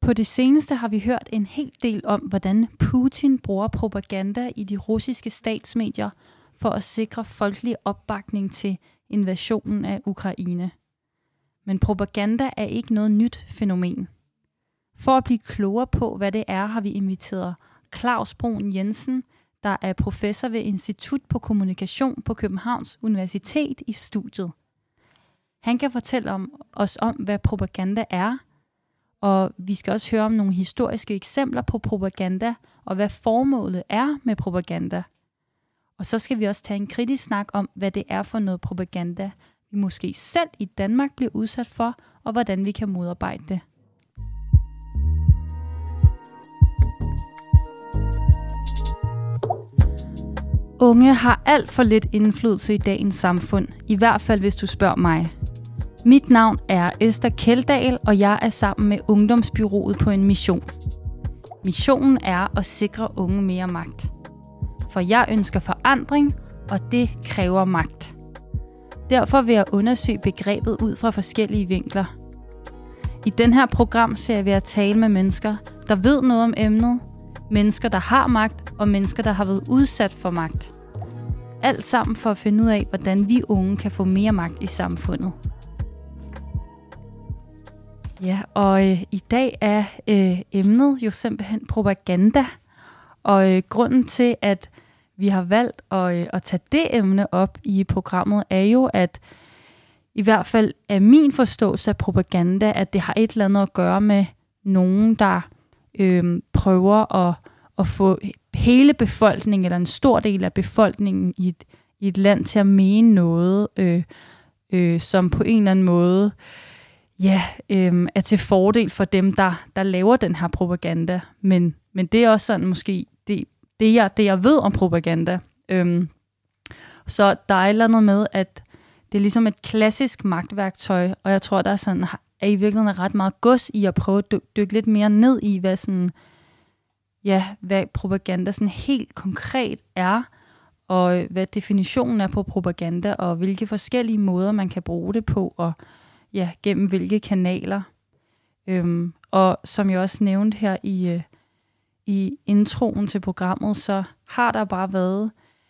På det seneste har vi hørt en hel del om, hvordan Putin bruger propaganda i de russiske statsmedier for at sikre folkelig opbakning til invasionen af Ukraine. Men propaganda er ikke noget nyt fænomen. For at blive klogere på, hvad det er, har vi inviteret Claus Bruun Jensen, der er professor ved Institut på Kommunikation på Københavns Universitet i studiet. Han kan fortælle os om, hvad propaganda er, og vi skal også høre om nogle historiske eksempler på propaganda, og hvad formålet er med propaganda. Og så skal vi også tage en kritisk snak om, hvad det er for noget propaganda, vi måske selv i Danmark bliver udsat for, og hvordan vi kan modarbejde det. Unge har alt for lidt indflydelse i dagens samfund, i hvert fald hvis du spørger mig. Mit navn er Esther Kjeldahl, og jeg er sammen med Ungdomsbyrået på en mission. Missionen er at sikre unge mere magt. For jeg ønsker forandring, og det kræver magt. Derfor vil jeg undersøge begrebet ud fra forskellige vinkler. I den her programserie vil jeg tale med mennesker, der ved noget om emnet, mennesker, der har magt, og mennesker, der har været udsat for magt. Alt sammen for at finde ud af, hvordan vi unge kan få mere magt i samfundet. Ja, og i dag er emnet jo simpelthen propaganda. Og grunden til, at vi har valgt at tage det emne op i programmet, er jo, at i hvert fald er min forståelse af propaganda, at det har et eller andet at gøre med nogen, der prøver at få hele befolkningen, eller en stor del af befolkningen i et land til at mene noget, som på en eller anden måde er til fordel for dem, der laver den her propaganda. Men det er også sådan måske det jeg ved om propaganda. Så der er et eller andet med, at det er ligesom et klassisk magtværktøj, og jeg tror, der er i virkeligheden ret meget gods i at prøve at dykke lidt mere ned i, hvad propaganda sådan helt konkret er, og hvad definitionen er på propaganda, og hvilke forskellige måder, man kan bruge det på, og gennem hvilke kanaler. Og som jeg også nævnte her i introen til programmet, så har der bare været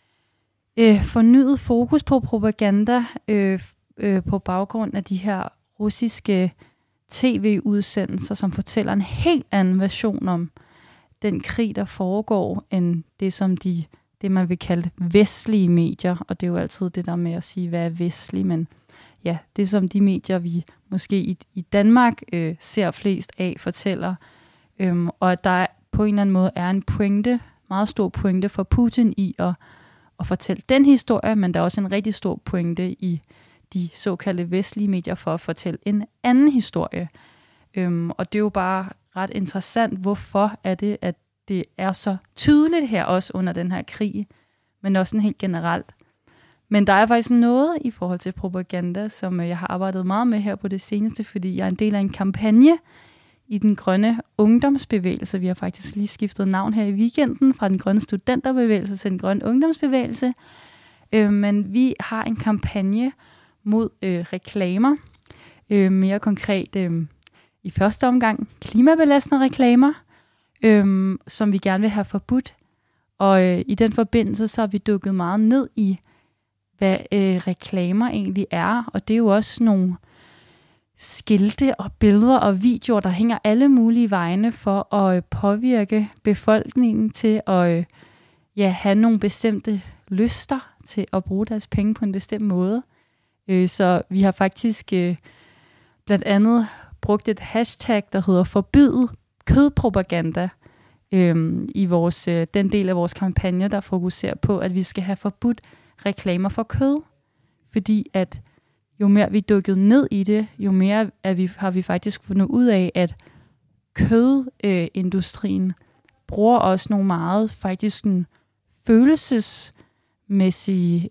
fornyet fokus på propaganda på baggrund af de her russiske tv-udsendelser, som fortæller en helt anden version om den krig, der foregår, end det, som det man vil kalde vestlige medier. Og det er jo altid det der med at sige, hvad er vestlig, men ja, det som de medier, vi måske i Danmark ser flest af, fortæller. Og at der på en eller anden måde er en pointe, meget stor pointe for Putin i at fortælle den historie, men der er også en rigtig stor pointe i de såkaldte vestlige medier for at fortælle en anden historie. Og det er jo bare ret interessant, hvorfor er det, at det er så tydeligt her også under den her krig, men også helt generelt. Men der er faktisk noget i forhold til propaganda, som jeg har arbejdet meget med her på det seneste, fordi jeg er en del af en kampagne i den grønne ungdomsbevægelse. Vi har faktisk lige skiftet navn her i weekenden fra den grønne studenterbevægelse til den grønne ungdomsbevægelse. Men vi har en kampagne mod reklamer. Mere konkret i første omgang klimabelastende reklamer, som vi gerne vil have forbudt. Og i den forbindelse så har vi dukket meget ned i, hvad reklamer egentlig er. Og det er jo også nogle skilte og billeder og videoer, der hænger alle mulige vegne for at påvirke befolkningen til at have nogle bestemte lyster til at bruge deres penge på en bestemt måde. Så vi har faktisk blandt andet brugt et hashtag, der hedder forbyd kødpropaganda i den del af vores kampagne, der fokuserer på, at vi skal have forbudt reklamer for kød. Fordi at jo mere vi dykket ned i det, jo mere har vi faktisk fundet ud af, at kødindustrien bruger også nogle meget faktisk følelsesmæssige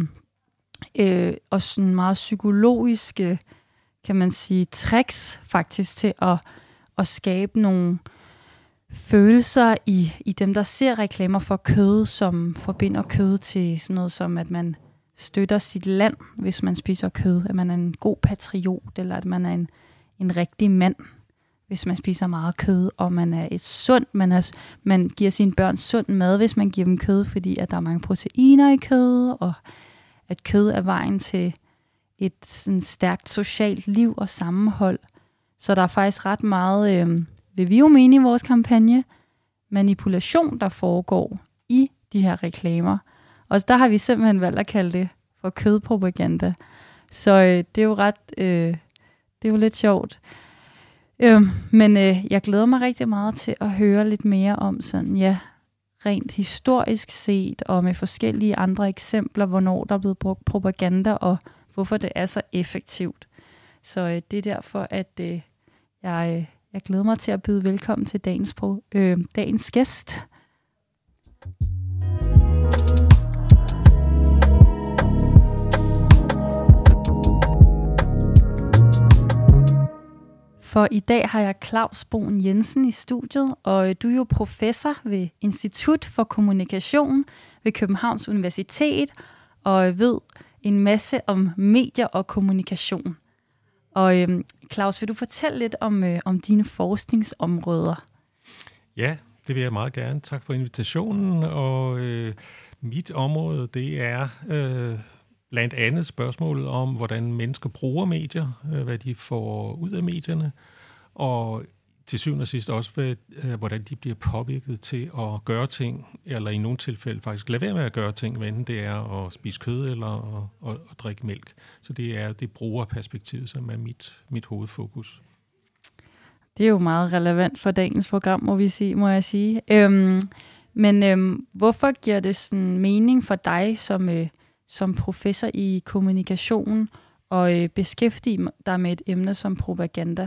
og sådan meget psykologiske, kan man sige, tricks faktisk til at skabe nogle følelser i dem, der ser reklamer for kød, som forbinder kød til sådan noget som, at man støtter sit land, hvis man spiser kød, at man er en god patriot, eller at man er en rigtig mand, hvis man spiser meget kød, og man er et sundt, man giver sine børn sund mad, hvis man giver dem kød, fordi at der er mange proteiner i kød, og at kød er vejen til et sådan stærkt socialt liv og sammenhold. Så der er faktisk ret meget, vil vi jo mene i vores kampagne, manipulation, der foregår i de her reklamer. Og der har vi simpelthen valgt at kalde det for kødpropaganda. Så det er jo det er jo lidt sjovt. Men jeg glæder mig rigtig meget til at høre lidt mere om sådan, rent historisk set, og med forskellige andre eksempler, hvornår der er blevet brugt propaganda, og hvorfor det er så effektivt. Så det er derfor, at jeg glæder mig til at byde velkommen til dagens gæst. For i dag har jeg Claus Bruun Jensen i studiet, og du er jo professor ved Institut for Kommunikation ved Københavns Universitet, og ved en masse om medier og kommunikation. Og Claus, vil du fortælle lidt om dine forskningsområder? Ja, det vil jeg meget gerne. Tak for invitationen. Og mit område, det er blandt andet spørgsmålet om, hvordan mennesker bruger medier, hvad de får ud af medierne, og til syvende og sidst også, hvordan de bliver påvirket til at gøre ting, eller i nogle tilfælde faktisk lade være med at gøre ting, hvad enten det er at spise kød eller at drikke mælk. Så det er det brugerperspektiv, som er mit hovedfokus. Det er jo meget relevant for dagens program, må jeg sige. Men hvorfor giver det sådan mening for dig som professor i kommunikation og beskæftige dig med et emne som propaganda?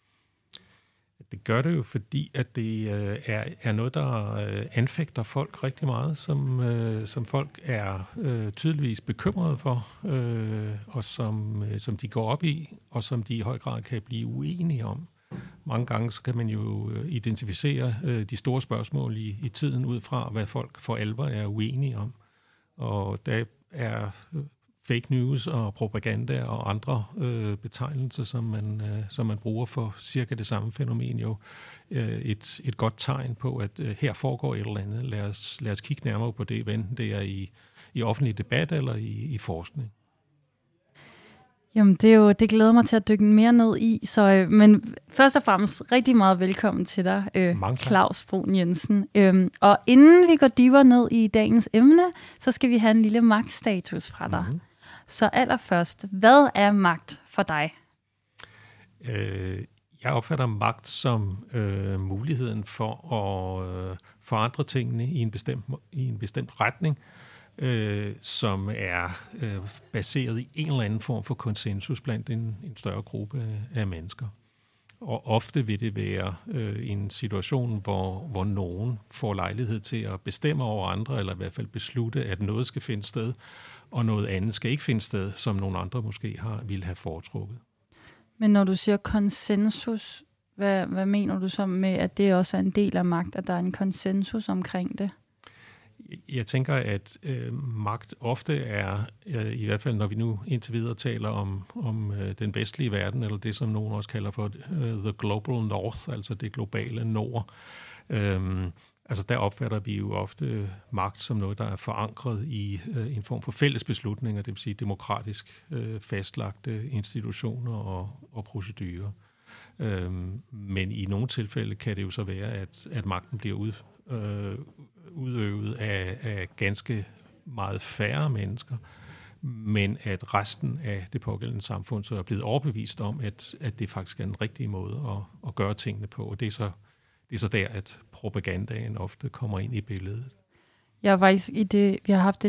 Det gør det jo, fordi at det er noget, der anfægter folk rigtig meget, som folk er tydeligvis bekymrede for, og som de går op i, og som de i høj grad kan blive uenige om. Mange gange så kan man jo identificere de store spørgsmål i tiden ud fra, hvad folk for alvor er uenige om. Og der er fake news og propaganda og andre betegnelser, som man bruger for cirka det samme fænomen, jo et godt tegn på, at her foregår et eller andet. Lad os kigge nærmere på det, enten det er i offentlig debat eller i forskning. Jamen, det glæder mig til at dykke mere ned i. Så, men først og fremmest rigtig meget velkommen til dig, Claus Bruun Jensen. Og inden vi går dybere ned i dagens emne, så skal vi have en lille magtstatus fra dig. Mm-hmm. Så allerførst, hvad er magt for dig? Jeg opfatter magt som muligheden for at forandre tingene i en bestemt retning, som er baseret i en eller anden form for konsensus blandt en større gruppe af mennesker. Og ofte vil det være en situation, hvor nogen får lejlighed til at bestemme over andre, eller i hvert fald beslutte, at noget skal finde sted, og noget andet skal ikke finde sted, som nogle andre måske ville have foretrukket. Men når du siger konsensus, hvad mener du så med, at det også er en del af magt, at der er en konsensus omkring det? Jeg tænker, at magt ofte er, i hvert fald når vi nu indtil videre taler om den vestlige verden, eller det som nogen også kalder for the global north, altså det globale nord. Altså der opfatter vi jo ofte magt som noget, der er forankret i en form for fælles beslutninger, det vil sige demokratisk fastlagte institutioner og procedurer. Men i nogle tilfælde kan det jo så være, at magten bliver udøvet af ganske meget færre mennesker, men at resten af det pågældende samfund så er blevet overbevist om, at det faktisk er den rigtige måde at gøre tingene på. Og det er så der, at propagandaen ofte kommer ind i billedet. Jeg har faktisk vi har haft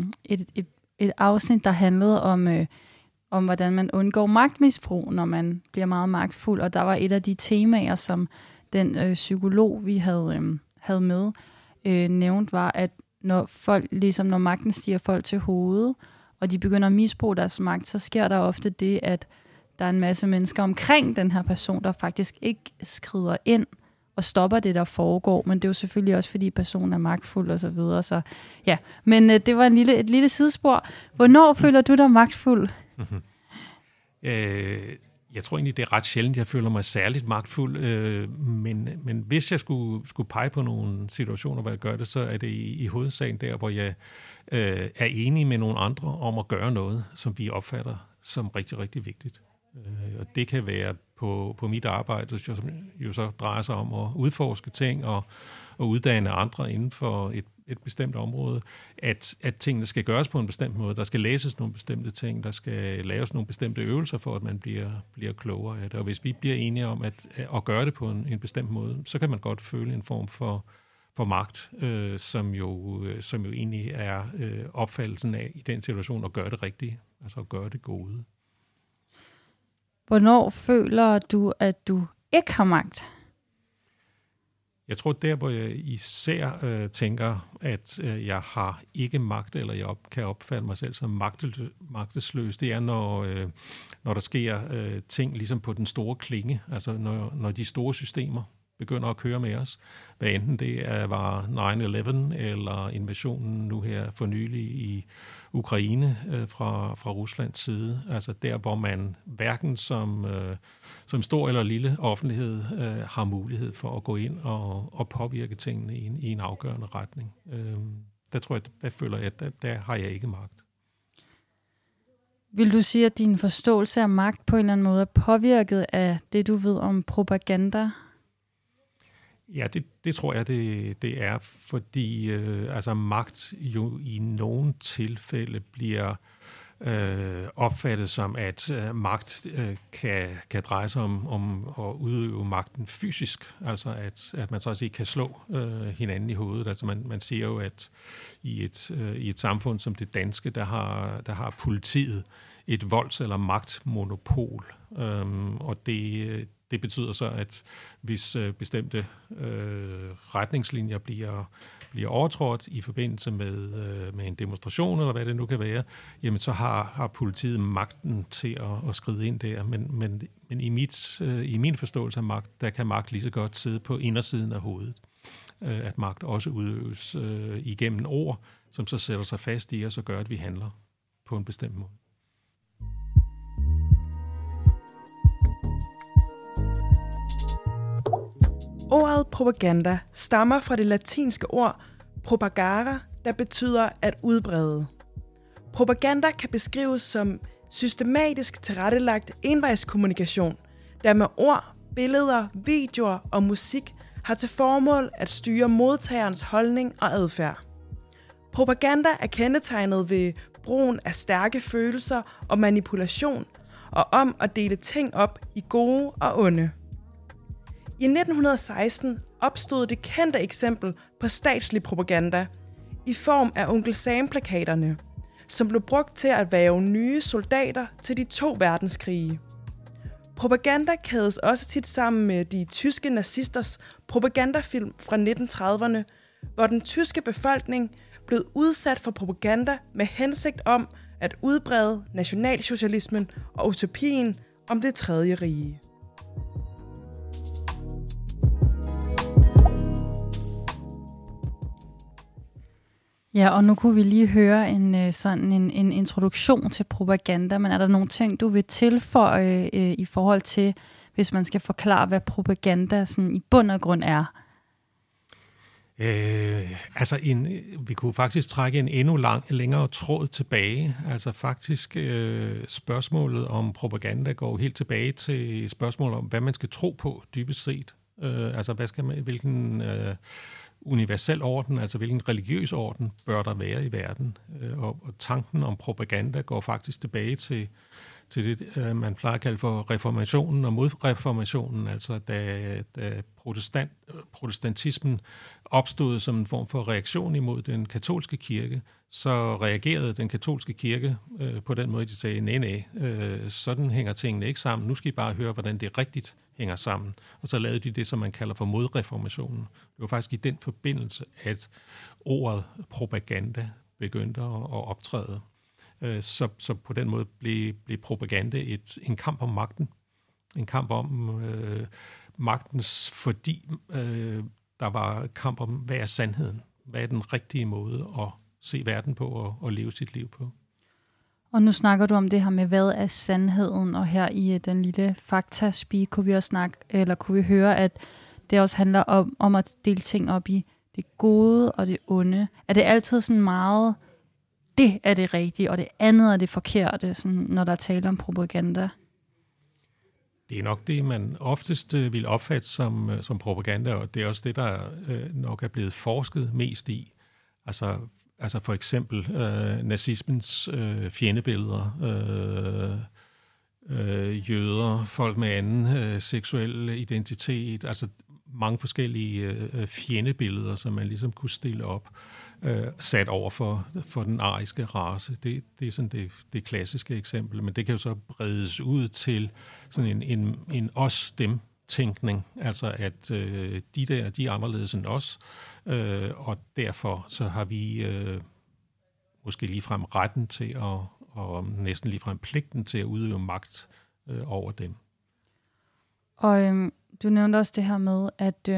et afsnit, der handlede om hvordan man undgår magtmisbrug, når man bliver meget magtfuld, og der var et af de temaer, som den psykolog, vi havde med, nævnt, var, at når magten stiger folk til hovedet, og de begynder at misbruge deres magt, så sker der ofte det, at der er en masse mennesker omkring den her person, der faktisk ikke skrider ind og stopper det, der foregår. Men det er jo selvfølgelig også, fordi personen er magtfuld og så videre. Så, ja. Men det var et lille sidespor. Hvornår føler du dig magtfuld? Jeg tror egentlig, det er ret sjældent, jeg føler mig særligt magtfuld, men hvis jeg skulle pege på nogle situationer, hvor jeg gør det, så er det i hovedsagen der, hvor jeg er enig med nogle andre om at gøre noget, som vi opfatter som rigtig, rigtig vigtigt. Og det kan være på mit arbejde, som jo så drejer sig om at udforske ting og uddanne andre inden for et bestemt område, at tingene skal gøres på en bestemt måde. Der skal læses nogle bestemte ting, der skal laves nogle bestemte øvelser for, at man bliver klogere af det. Og hvis vi bliver enige om at gøre det på en bestemt måde, så kan man godt føle en form for magt, som jo egentlig er opfattelsen af i den situation at gøre det rigtige, altså at gøre det gode. Hvornår føler du, at du ikke har magt? Jeg tror, der hvor jeg især tænker, at jeg har ikke magt, eller jeg kan opfatte mig selv som magtesløs, det er, når der sker ting ligesom på den store klinge, altså når de store systemer begynder at køre med os. Hvad enten det var 9/11 eller invasionen nu her for nylig i Ukraine fra Ruslands side. Altså der, hvor man hverken som stor eller lille offentlighed har mulighed for at gå ind og påvirke tingene i en afgørende retning. Der tror jeg, der føler jeg, at der har jeg ikke magt. Vil du sige, at din forståelse af magt på en eller anden måde er påvirket af det, du ved om propaganda? Ja, det tror jeg, det er, fordi altså magt jo i nogle tilfælde bliver opfattet som, at magt kan dreje sig om at udøve magten fysisk, altså at man så at sige kan slå hinanden i hovedet. Altså man siger jo, at i et samfund som det danske, der har politiet et volds- eller magtmonopol, og det betyder så, at hvis bestemte retningslinjer bliver overtrådt i forbindelse med en demonstration, eller hvad det nu kan være, jamen så har politiet magten til at skride ind der. Men i min forståelse af magt, der kan magt lige så godt sidde på indersiden af hovedet. At magt også udøves igennem ord, som så sætter sig fast i os og gør, at vi handler på en bestemt måde. Ordet propaganda stammer fra det latinske ord propagare, der betyder at udbrede. Propaganda kan beskrives som systematisk tilrettelagt envejskommunikation, der med ord, billeder, videoer og musik har til formål at styre modtagerens holdning og adfærd. Propaganda er kendetegnet ved brugen af stærke følelser og manipulation, og om at dele ting op i gode og onde. I 1916 opstod det kendte eksempel på statslig propaganda i form af Onkel Sam-plakaterne, som blev brugt til at hverve nye soldater til de 2 verdenskrige. Propaganda kædes også tit sammen med de tyske nazisters propagandafilm fra 1930'erne, hvor den tyske befolkning blev udsat for propaganda med hensigt om at udbrede nationalsocialismen og utopien om det 3. rige. Ja, og nu kunne vi lige høre en introduktion til propaganda, men er der nogle ting, du vil tilføje i forhold til, hvis man skal forklare, hvad propaganda sådan i bund og grund er? Vi kunne faktisk trække en endnu længere tråd tilbage. Altså faktisk spørgsmålet om propaganda går helt tilbage til spørgsmålet om, hvad man skal tro på dybest set. Hvilken universel orden, altså hvilken religiøs orden bør der være i verden. Og tanken om propaganda går faktisk tilbage til det, man plejer at kalde for reformationen og modreformationen, altså da protestantismen opstod som en form for reaktion imod den katolske kirke, så reagerede den katolske kirke på den måde, de sagde, nej, sådan hænger tingene ikke sammen. Nu skal I bare høre, hvordan det rigtigt hænger sammen. Og så lavede de det, som man kalder for modreformationen. Det var faktisk i den forbindelse, at ordet propaganda begyndte at optræde. Så på den måde blev propaganda en kamp om magten. En kamp om magtens, fordi der var kamp om, hvad er sandheden? Hvad er den rigtige måde at se verden på og leve sit liv på? Og nu snakker du om det her med, hvad er sandheden, og her i den lille faktaspeak kunne vi også kunne vi høre, at det også handler om at dele ting op i det gode og det onde. Er det altid sådan meget, det er det rigtige, og det andet er det forkerte, sådan, når der taler om propaganda? Det er nok det, man oftest vil opfatte som propaganda, og det er også det, der nok er blevet forsket mest i. Altså for eksempel nazismens fjendebilleder, jøder, folk med anden seksuel identitet, altså mange forskellige fjendebilleder, som man ligesom kunne stille op, sat over for den ariske race. Det er sådan det klassiske eksempel, men det kan jo så bredes ud til sådan en os-dem-tænkning, altså at de er anderledes end os, og derfor så har vi måske ligefrem retten til og næsten ligefrem pligten til at udøve magt over dem. Og du nævnte også det her med,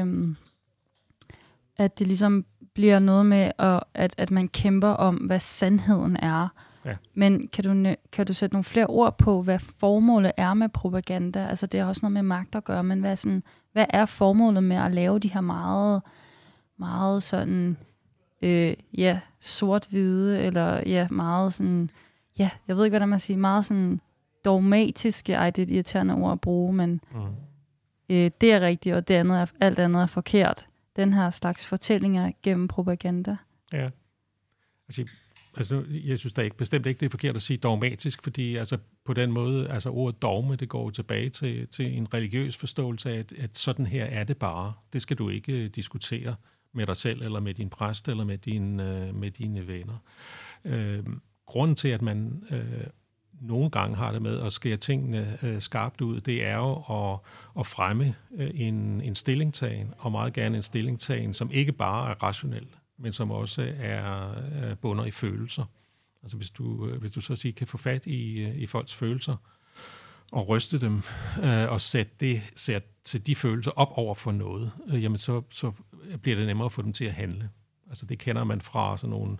at det ligesom bliver noget med, at man kæmper om, hvad sandheden er. Ja. Men kan du sætte nogle flere ord på, hvad formålet er med propaganda? Altså det har også noget med magt at gøre, men hvad er formålet med at lave de her meget, meget sådan, sort-hvide, eller meget sådan, jeg ved ikke, hvad man siger, meget sådan dogmatiske, det er et irriterende ord at bruge, men det er rigtigt, og alt andet er forkert. Den her slags fortællinger gennem propaganda. Ja. Altså jeg synes da bestemt ikke, det er forkert at sige dogmatisk, fordi altså på den måde, altså ordet dogme, det går tilbage til en religiøs forståelse af, at sådan her er det bare. Det skal du ikke diskutere med dig selv, eller med din præst, eller med dine venner. Grunden til, at man nogle gange har det med at skære tingene skarpt ud, det er jo at fremme en stillingtagen, og meget gerne en stillingtagen, som ikke bare er rationel, men som også er bunder i følelser. Altså hvis du så at sige kan få fat i folks følelser, og ryste dem, og sætte de følelser op over for noget, jamen så bliver det nemmere at få dem til at handle. Altså det kender man fra sådan nogle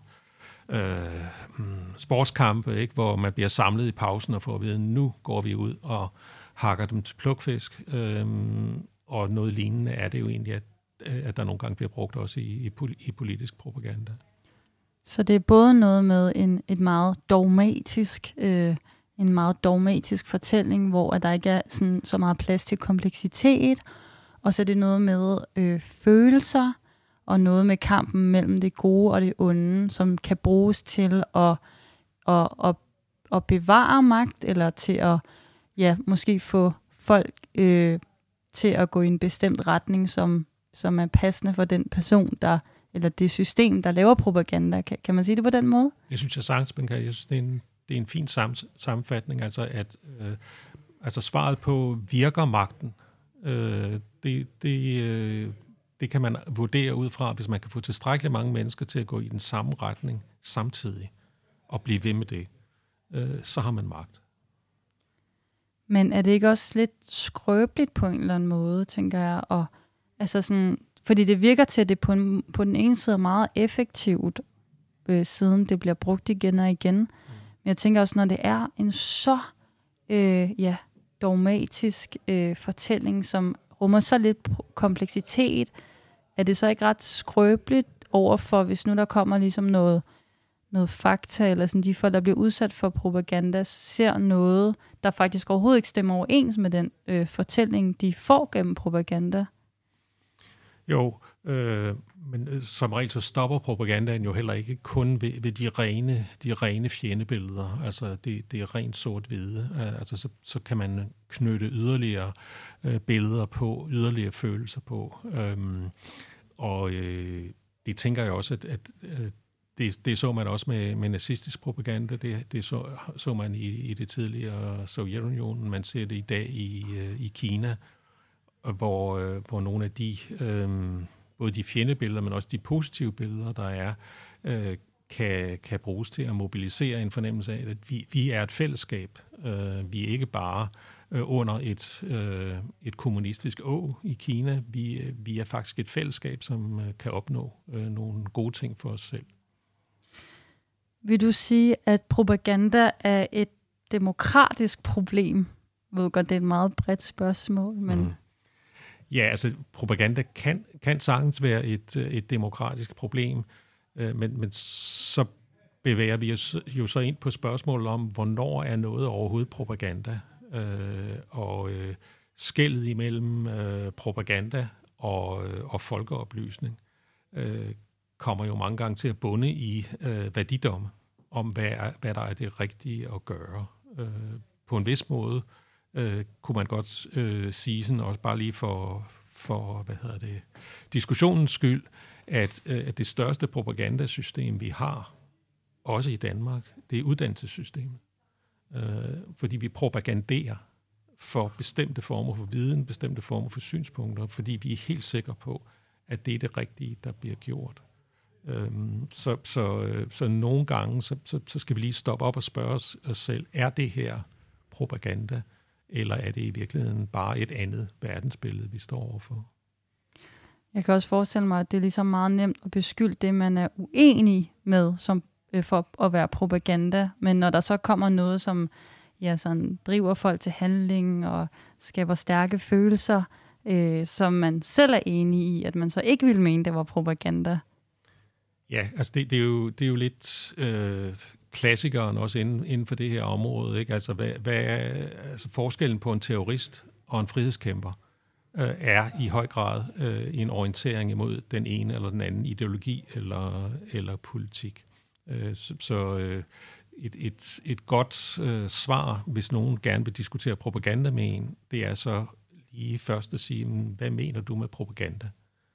sportskampe, ikke, hvor man bliver samlet i pausen og får at vide, nu går vi ud og hakker dem til plukfisk, og noget lignende er det jo egentlig, at der nogle gange bliver brugt også i politisk propaganda. Så det er både noget med en meget dogmatisk fortælling, hvor der ikke er sådan, så meget plads til kompleksitet, og så er det noget med følelser, og noget med kampen mellem det gode og det onde, som kan bruges til at bevare magt, eller til at måske få folk til at gå i en bestemt retning, som er passende for den person, eller det system, der laver propaganda. Kan man sige det på den måde? Jeg synes, sagtens, man kan. Jeg synes, det er en fin sammenfatning, altså at svaret på, virker magten, det kan man vurdere ud fra, hvis man kan få tilstrækkeligt mange mennesker til at gå i den samme retning samtidig, og blive ved med det, så har man magt. Men er det ikke også lidt skrøbeligt på en eller anden måde, tænker jeg? Og, altså sådan, fordi det virker til, at det på den ene side er meget effektivt, siden det bliver brugt igen og igen. Men jeg tænker også, når det er en så dogmatisk fortælling, som rummer så lidt kompleksitet, er det så ikke ret skrøbeligt overfor, hvis nu der kommer ligesom noget fakta, eller sådan de folk, der bliver udsat for propaganda, ser noget, der faktisk overhovedet ikke stemmer overens med den fortælling, de får gennem propaganda? Jo, men som regel så stopper propagandaen jo heller ikke kun ved de rene fjendebilleder. Altså det er rent sort-hvide. Altså så kan man knytte yderligere billeder på, yderligere følelser på. Og det tænker jeg også, at det så man også med nazistisk propaganda. Det så man i det tidligere Sovjetunionen. Man ser det i dag i Kina, hvor nogle af de både de fjendebilleder, men også de positive billeder, der er, kan bruges til at mobilisere en fornemmelse af, at vi er et fællesskab. Vi er ikke bare under et kommunistisk i Kina. Vi er faktisk et fællesskab, som kan opnå nogle gode ting for os selv. Vil du sige, at propaganda er et demokratisk problem? Jeg ved godt, det er et meget bredt spørgsmål, men... Ja, altså propaganda kan sagtens være et demokratisk problem, men så bevæger vi os jo så ind på spørgsmålet om, hvornår er noget overhovedet propaganda, og skellet imellem propaganda og folkeoplysning kommer jo mange gange til at bunde i værdidomme om, hvad der er det rigtige at gøre. På en vis måde kunne man godt sige sådan, også bare lige for diskussionens skyld, at det største propagandasystem, vi har, også i Danmark, det er uddannelsessystemet. Fordi vi propaganderer for bestemte former for viden, bestemte former for synspunkter, fordi vi er helt sikre på, at det er det rigtige, der bliver gjort. Så nogle gange, så skal vi lige stoppe op og spørge os selv, er det her propaganda, eller er det i virkeligheden bare et andet verdensbillede, vi står overfor? Jeg kan også forestille mig, at det er ligesom meget nemt at beskylde det, man er uenig med, som for at være propaganda. Men når der så kommer noget, som sådan driver folk til handling og skaber stærke følelser, som man selv er enig i, at man så ikke ville mene, det var propaganda. Ja, altså det er jo lidt klassikeren også inden for det her område, ikke? Altså hvad er altså forskellen på en terrorist og en frihedskæmper er i høj grad en orientering imod den ene eller den anden ideologi eller politik. Et godt svar, hvis nogen gerne vil diskutere propaganda med en, det er så lige først at sige, hvad mener du med propaganda?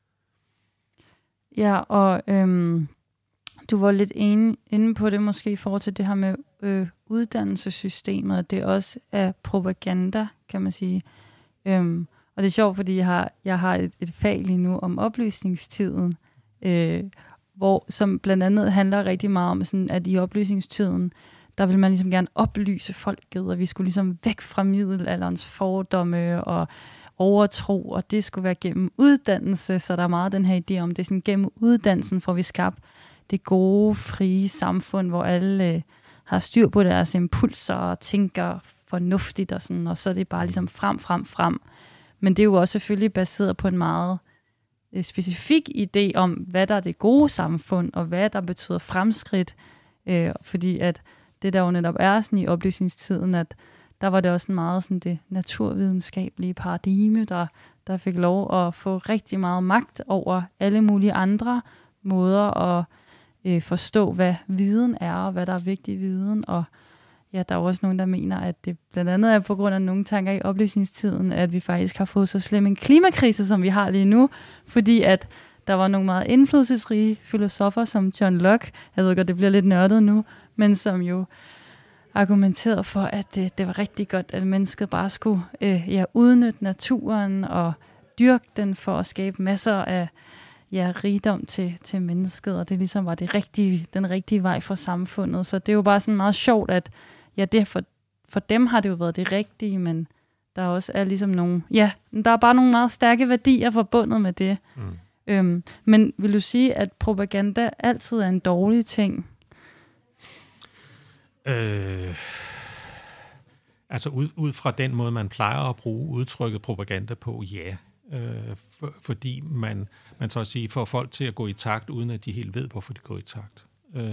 Ja, og du var lidt inde på det måske i forhold til det her med uddannelsessystemet, at det også er propaganda, kan man sige. Og det er sjovt, fordi jeg har et fag lige nu om oplysningstiden, som blandt andet handler rigtig meget om, sådan, at i oplysningstiden, der vil man ligesom gerne oplyse folket, og vi skulle ligesom væk fra middelalderens fordomme og overtro, og det skulle være gennem uddannelse, så der er meget den her idé om, det er sådan gennem uddannelsen, får vi skabt det gode, frie samfund, hvor alle har styr på deres impulser og tænker fornuftigt og sådan, og så er det bare ligesom frem. Men det er jo også selvfølgelig baseret på en meget specifik idé om, hvad der er det gode samfund, og hvad der betyder fremskridt. Fordi at det der jo netop er sådan i oplysningstiden, at der var det også en meget sådan det naturvidenskabelige paradigme, der fik lov at få rigtig meget magt over alle mulige andre måder at forstå, hvad viden er, og hvad der er vigtig viden. Og ja, der er også nogen, der mener, at det blandt andet er på grund af nogle tanker i oplysningstiden, at vi faktisk har fået så slem en klimakrise, som vi har lige nu, fordi at der var nogle meget indflydelsesrige filosofer, som John Locke, jeg ved godt, det bliver lidt nørdet nu, men som jo argumenterede for, at det var rigtig godt, at mennesket bare skulle udnytte naturen og dyrke den for at skabe masser af rigdom til mennesket, og det ligesom var den rigtige vej for samfundet. Så det er jo bare sådan meget sjovt, at det for dem har det jo været det rigtige, men der også er ligesom nogle, der er bare nogle meget stærke værdier forbundet med det. Men vil du sige, at propaganda altid er en dårlig ting? Altså ud fra den måde, man plejer at bruge udtrykket propaganda på, ja. Fordi man så at sige får folk til at gå i takt, uden at de helt ved, hvorfor de går i takt.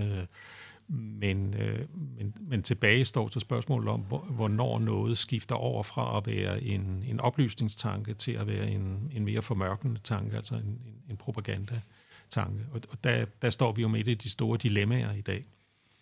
Men tilbage står til spørgsmålet om, hvornår noget skifter over fra at være en oplysningstanke til at være en mere formørkende tanke, altså en propagandatanke. Og der står vi jo med et af de store dilemmaer i dag.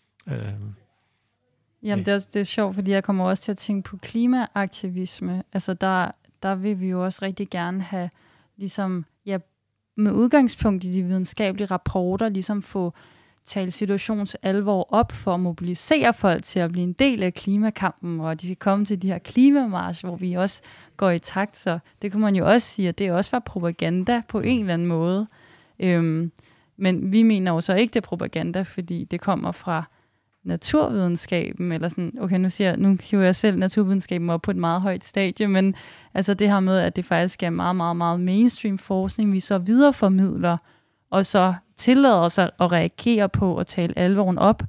Jamen, det er sjovt, fordi jeg kommer også til at tænke på klimaaktivisme. Altså, der vil vi jo også rigtig gerne have, ligesom, med udgangspunkt i de videnskabelige rapporter, ligesom få talt situationsalvor op for at mobilisere folk til at blive en del af klimakampen, og de skal komme til de her klimamarch, hvor vi også går i takt. Så det kunne man jo også sige, at det også var propaganda på en eller anden måde. Men vi mener jo så ikke, det er propaganda, fordi det kommer fra naturvidenskaben, eller sådan, okay, nu hiver jeg selv naturvidenskaben op på et meget højt stadie, men altså det her med, at det faktisk er meget, meget, meget mainstream forskning, vi så videreformidler, og så tillader os at reagere på og tale alvoren op,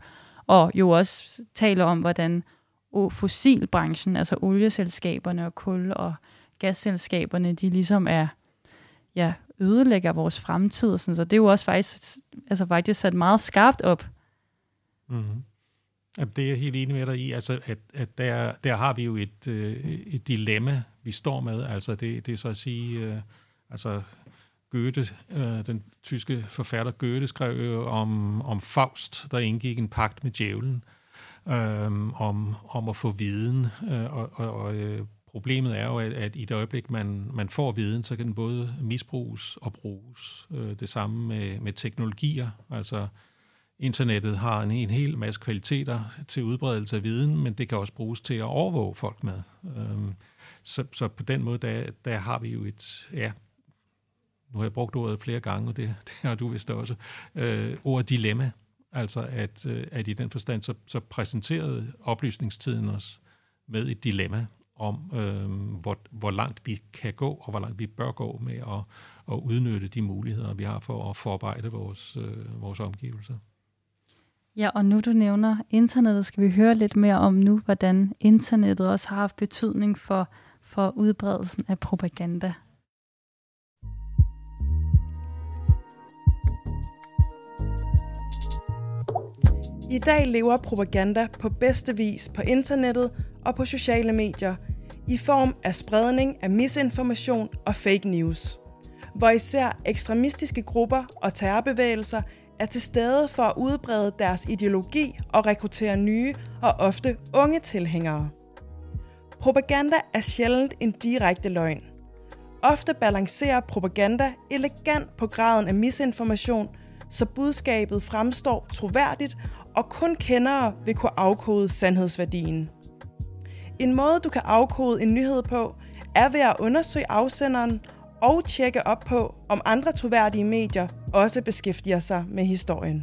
og jo også taler om, hvordan fossilbranchen, altså olieselskaberne og kul- og gasselskaberne, de ligesom ødelægger vores fremtid. Så det er jo også faktisk sat meget skarpt op. Mm-hmm. Det er jeg helt enig med dig i, altså at der har vi jo et dilemma, vi står med. Altså det er så at sige, Goethe, den tyske forfatter Goethe, skrev om Faust, der indgik en pagt med djævlen, om at få viden, og problemet er jo, at i det øjeblik, man får viden, så kan den både misbruges og bruges. Det samme med teknologier, altså internettet har en hel masse kvaliteter til udbredelse af viden, men det kan også bruges til at overvåge folk med. Så på den måde, der har vi jo nu har jeg brugt ordet flere gange, og det har du vist også, ordet dilemma. Altså at i den forstand, så præsenterede oplysningstiden os med et dilemma om, hvor langt vi kan gå, og hvor langt vi bør gå med at udnytte de muligheder, vi har for at forarbejde vores omgivelser. Ja, og nu du nævner internettet, skal vi høre lidt mere om nu, hvordan internettet også har haft betydning for udbredelsen af propaganda. I dag lever propaganda på bedste vis på internettet og på sociale medier i form af spredning af misinformation og fake news, hvor især ekstremistiske grupper og terrorbevægelser er til stede for at udbrede deres ideologi og rekruttere nye og ofte unge tilhængere. Propaganda er sjældent en direkte løgn. Ofte balancerer propaganda elegant på graden af misinformation, så budskabet fremstår troværdigt, og kun kendere vil kunne afkode sandhedsværdien. En måde, du kan afkode en nyhed på, er ved at undersøge afsenderen og tjekke op på, om andre troværdige medier også beskæftiger sig med historien.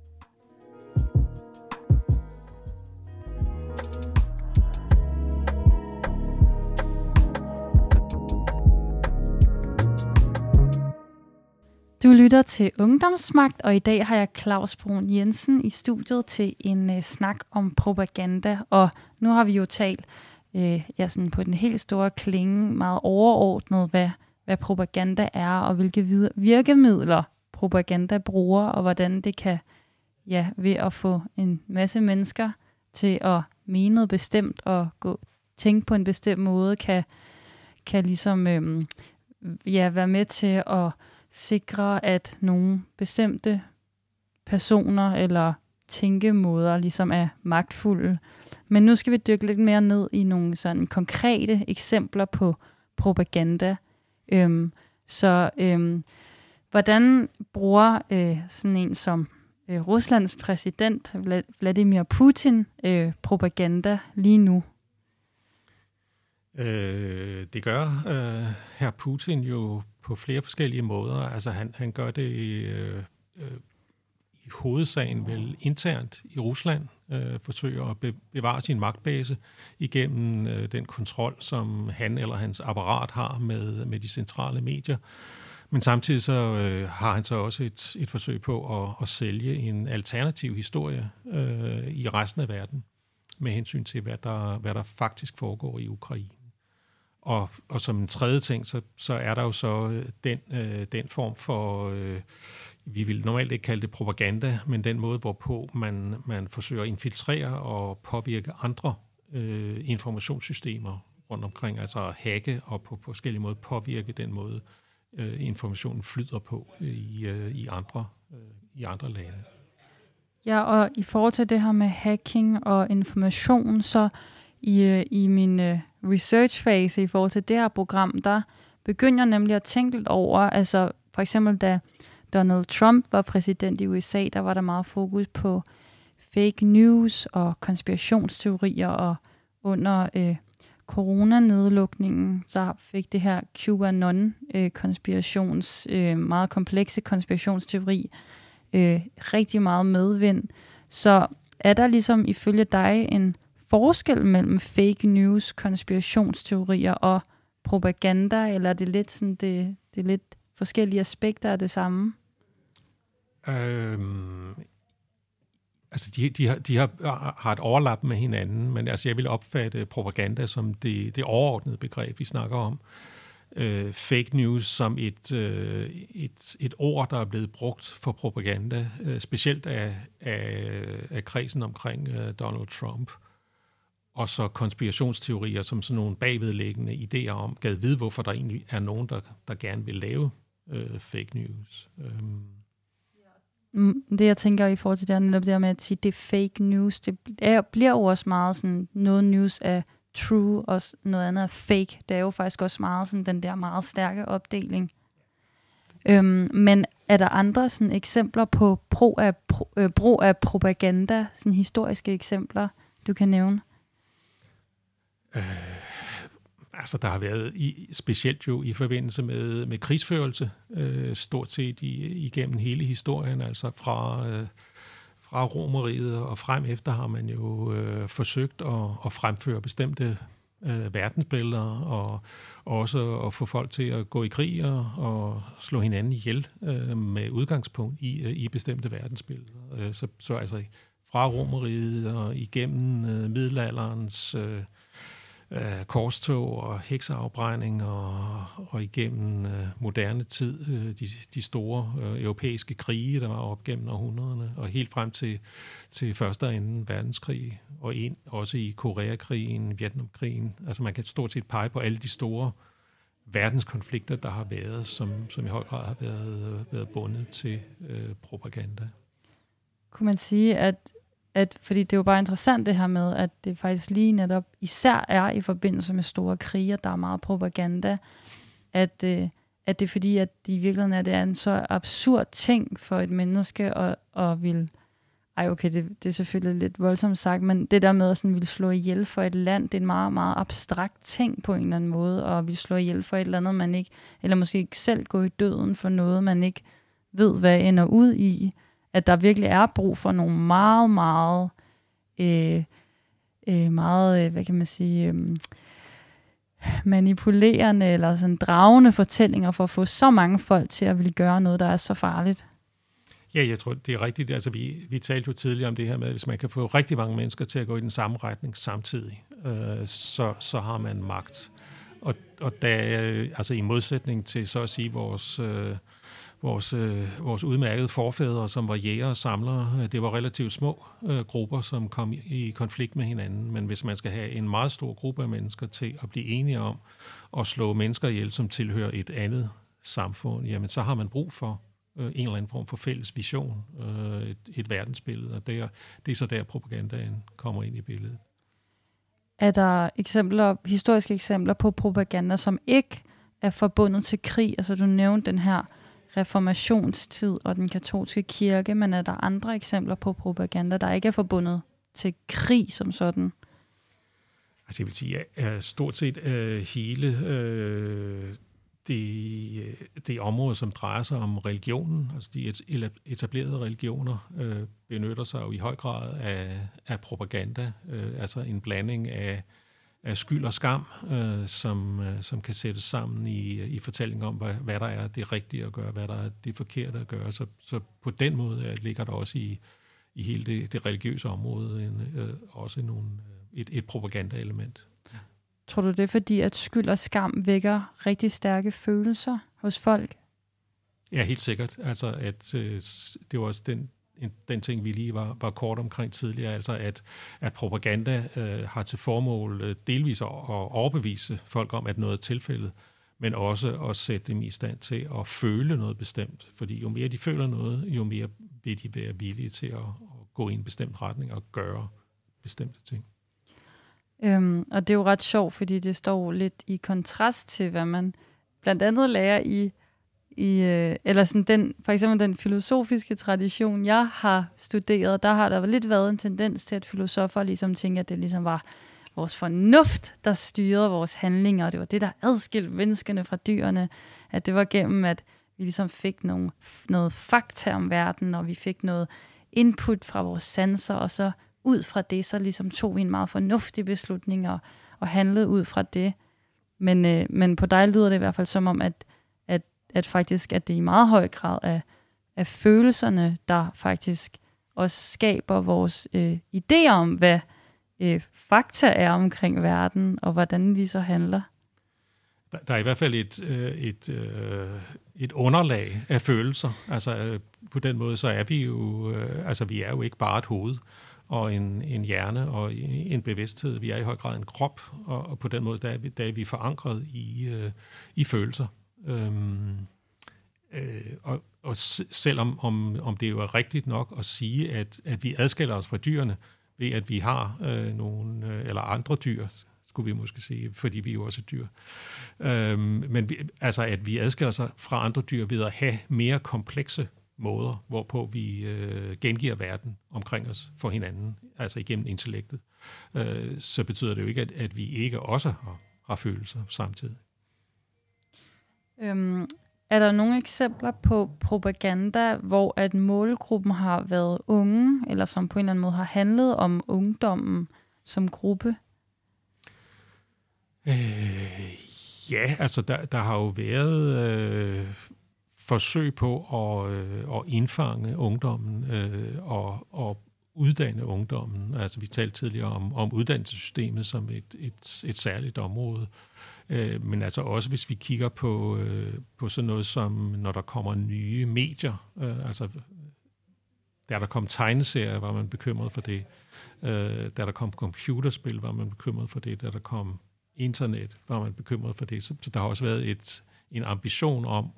Du lytter til Ungdomsmagt, og i dag har jeg Claus Brun Jensen i studiet til en snak om propaganda. Og nu har vi jo talt sådan på den helt store klinge meget overordnet, hvad propaganda er, og hvilke virkemidler propaganda bruger, og hvordan det kan, ved at få en masse mennesker til at mene noget bestemt og tænke på en bestemt måde, kan ligesom være med til at sikre, at nogle bestemte personer eller tænkemåder ligesom er magtfulde. Men nu skal vi dykke lidt mere ned i nogle sådan konkrete eksempler på propaganda. Hvordan bruger sådan en som Ruslands præsident Vladimir Putin propaganda lige nu? Det gør hr. Putin jo på flere forskellige måder. Altså han gør det i hovedsagen vel internt i Rusland, forsøger at bevare sin magtbase igennem den kontrol, som han eller hans apparat har med de centrale medier. Men samtidig så har han så også et forsøg på at sælge en alternativ historie i resten af verden, med hensyn til, hvad der faktisk foregår i Ukraine. Og som en tredje ting, så er der jo så den form for, vi vil normalt ikke kalde det propaganda, men den måde, hvorpå man forsøger at infiltrere og påvirke andre informationssystemer rundt omkring, altså at hacke og på forskellige måder påvirke den måde, informationen flyder på i andre lande. Ja, og i forhold til det her med hacking og information, så i min research-fase i forhold til det her program, der begynder jeg nemlig at tænke lidt over, altså for eksempel da Donald Trump var præsident i USA, der var der meget fokus på fake news og konspirationsteorier, og under coronanedlukningen, så fik det her QAnon meget komplekse konspirationsteori rigtig meget medvind. Så er der ligesom ifølge dig en forskel mellem fake news, konspirationsteorier og propaganda, eller er det lidt sådan det er lidt forskellige aspekter af det samme? Altså, de har et overlap med hinanden, men altså, jeg vil opfatte propaganda som det overordnede begreb, vi snakker om. Fake news som et ord, der er blevet brugt for propaganda, specielt af kredsen omkring Donald Trump. Og så konspirationsteorier som sådan nogle bagvedliggende idéer om, gad vide, hvorfor der egentlig er nogen, der gerne vil lave fake news. Det, jeg tænker i forhold til det, netop det med at sige, det er fake news, det bliver jo også meget sådan, noget news er true, og noget andet er fake. Det er jo faktisk også meget sådan, den der meget stærke opdeling. Men er der andre sådan, eksempler på brug af propaganda, sådan historiske eksempler, du kan nævne? Altså, der har været specielt jo i forbindelse med krigsførelse, stort set igennem hele historien, altså fra Romeriet og frem efter har man jo forsøgt at fremføre bestemte verdensbilleder, og også at få folk til at gå i krig og slå hinanden ihjel med udgangspunkt i bestemte verdensbilleder. Så altså fra Romeriet og igennem middelalderens korstog og hekseafbrænding og igennem moderne tid, de store europæiske krige, der var op gennem århundrederne, og helt frem til første og anden verdenskrig, og også i Koreakrigen, Vietnamkrigen. Altså man kan stort set pege på alle de store verdenskonflikter, der har været, som i høj grad har været bundet til propaganda. Kunne man sige, at fordi det er jo bare interessant det her med, at det faktisk lige netop især er i forbindelse med store krige, der er meget propaganda, at det er fordi, at det i virkeligheden det er en så absurd ting for et menneske at vil... det er selvfølgelig lidt voldsomt sagt, men det der med at sådan ville slå ihjel for et land, det er en meget, meget abstrakt ting på en eller anden måde, og vil slå ihjel for et eller andet, man ikke, eller måske ikke selv gå i døden for noget, man ikke ved, hvad ender ud i. At der virkelig er brug for nogle meget, meget, hvad kan man sige, manipulerende eller sådan dragende fortællinger for at få så mange folk til at ville gøre noget, der er så farligt. Ja, jeg tror, det er rigtigt. Altså, vi talte jo tidligere om det her med, at hvis man kan få rigtig mange mennesker til at gå i den samme retning samtidig, så har man magt. Og der, altså i modsætning til så at sige vores udmærkede forfædre, som var jægere og samlere, det var relativt små grupper, som kom i konflikt med hinanden. Men hvis man skal have en meget stor gruppe af mennesker til at blive enige om at slå mennesker ihjel, som tilhører et andet samfund, jamen så har man brug for en eller anden form for fælles vision, et verdensbillede, og det er så der propagandaen kommer ind i billedet. Er der historiske eksempler på propaganda, som ikke er forbundet til krig? Altså du nævnte den her reformationstid og den katolske kirke, men er der andre eksempler på propaganda, der ikke er forbundet til krig som sådan? Altså jeg vil sige, at stort set hele det område, som drejer sig om religionen, altså de etablerede religioner, benytter sig jo i høj grad af propaganda, altså en blanding af skyld og skam, som kan sættes sammen i fortællinger om, hvad der er det rigtige at gøre, hvad der er det forkerte at gøre. Så på den måde ligger der også i hele det religiøse område også et propagandaelement. Tror du det er fordi, at skyld og skam vækker rigtig stærke følelser hos folk? Ja, helt sikkert. Altså, at det var også den ting, vi lige var kort omkring tidligere, altså at propaganda har til formål delvis at overbevise folk om, at noget er tilfældet, men også at sætte dem i stand til at føle noget bestemt. Fordi jo mere de føler noget, jo mere vil de være villige til at gå i en bestemt retning og gøre bestemte ting. Og det er jo ret sjovt, fordi det står lidt i kontrast til, hvad man blandt andet lærer i eller sådan for eksempel den filosofiske tradition, jeg har studeret, der har der lidt været en tendens til, at filosofer ligesom tænker, at det ligesom var vores fornuft, der styrede vores handlinger, og det var det, der adskilte menneskene fra dyrene, at det var gennem, at vi ligesom fik noget fakta om verden, og vi fik noget input fra vores sanser, og så ud fra det, så ligesom tog vi en meget fornuftig beslutning og handlede ud fra det. Men på dig lyder det i hvert fald som om, at faktisk at det i meget høj grad er følelserne, der faktisk også skaber vores idéer om, hvad fakta er omkring verden, og hvordan vi så handler. Der er i hvert fald et underlag af følelser. Altså på den måde, så er vi jo, vi er jo ikke bare et hoved og en hjerne og en bevidsthed. Vi er i høj grad en krop, og på den måde, der er vi forankret i følelser. Og selvom om det jo er rigtigt nok at sige, at vi adskiller os fra dyrene, ved at vi har nogle, eller andre dyr, skulle vi måske sige, fordi vi er jo også dyr. Men at vi adskiller sig fra andre dyr ved at have mere komplekse måder, hvorpå vi gengiver verden omkring os for hinanden, altså igennem intellektet, så betyder det jo ikke, at vi ikke også har følelser samtidig. Er der nogle eksempler på propaganda, hvor at målgruppen har været unge, eller som på en eller anden måde har handlet om ungdommen som gruppe? Ja, altså der har jo været forsøg på at indfange ungdommen og uddanne ungdommen. Altså vi talte tidligere om uddannelsessystemet som et særligt område. Men altså også hvis vi kigger på sådan noget som, når der kommer nye medier, da der kom tegneserier, var man bekymret for det. Da der kom computerspil, var man bekymret for det. Da der kom internet, var man bekymret for det. Så der har også været en ambition om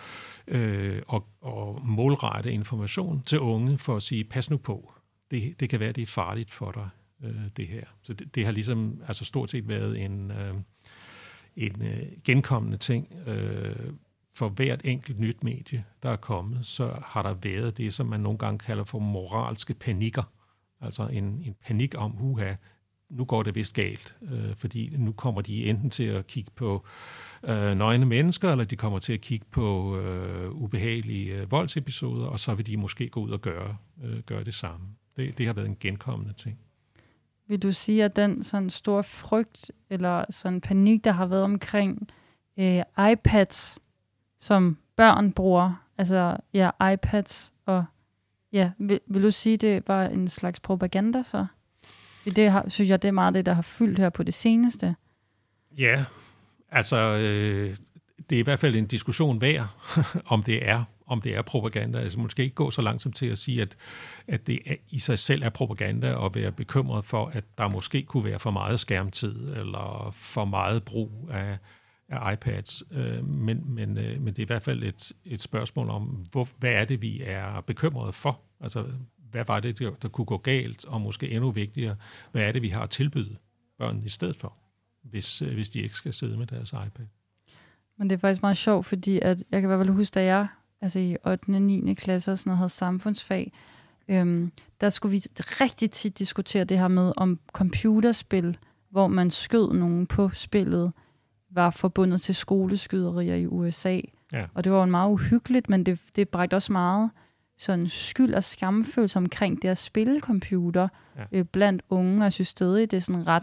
at målrette information til unge for at sige, pas nu på. Det kan være, det er farligt for dig, det her. Så det har ligesom stort set været en genkommende ting. For hvert enkelt nyt medie, der er kommet, så har der været det, som man nogle gange kalder for moralske panikker. Altså en panik om, nu går det vist galt, fordi nu kommer de enten til at kigge på nøgne mennesker, eller de kommer til at kigge på ubehagelige voldsepisoder, og så vil de måske gå ud og gøre det samme. Det har været en genkommende ting. Vil du sige, at den sådan store frygt, eller sådan panik, der har været omkring iPads, som børn bruger, iPads, og vil du sige, det var en slags propaganda så? Det synes jeg, det er meget det, der har fyldt her på det seneste. Ja, det er i hvert fald en diskussion værd, om det er propaganda. Altså måske ikke gå så langsomt til at sige, at det i sig selv er propaganda, og være bekymret for, at der måske kunne være for meget skærmtid, eller for meget brug af iPads. Men det er i hvert fald et spørgsmål om, hvad er det, vi er bekymrede for? Altså, hvad var det, der kunne gå galt, og måske endnu vigtigere, hvad er det, vi har at tilbyde børn i stedet for, hvis de ikke skal sidde med deres iPad? Men det er faktisk meget sjovt, fordi at jeg kan i hvert fald huske, da jeg i 8. og 9. klasse og sådan noget, havde samfundsfag, der skulle vi rigtig tit diskutere det her med, om computerspil, hvor man skød nogen på spillet, var forbundet til skoleskyderier i USA. Ja. Og det var jo meget uhyggeligt, men det bragte også meget sådan skyld og skamfølelse omkring det at spille computer blandt unge. Og jeg synes stadig, det er sådan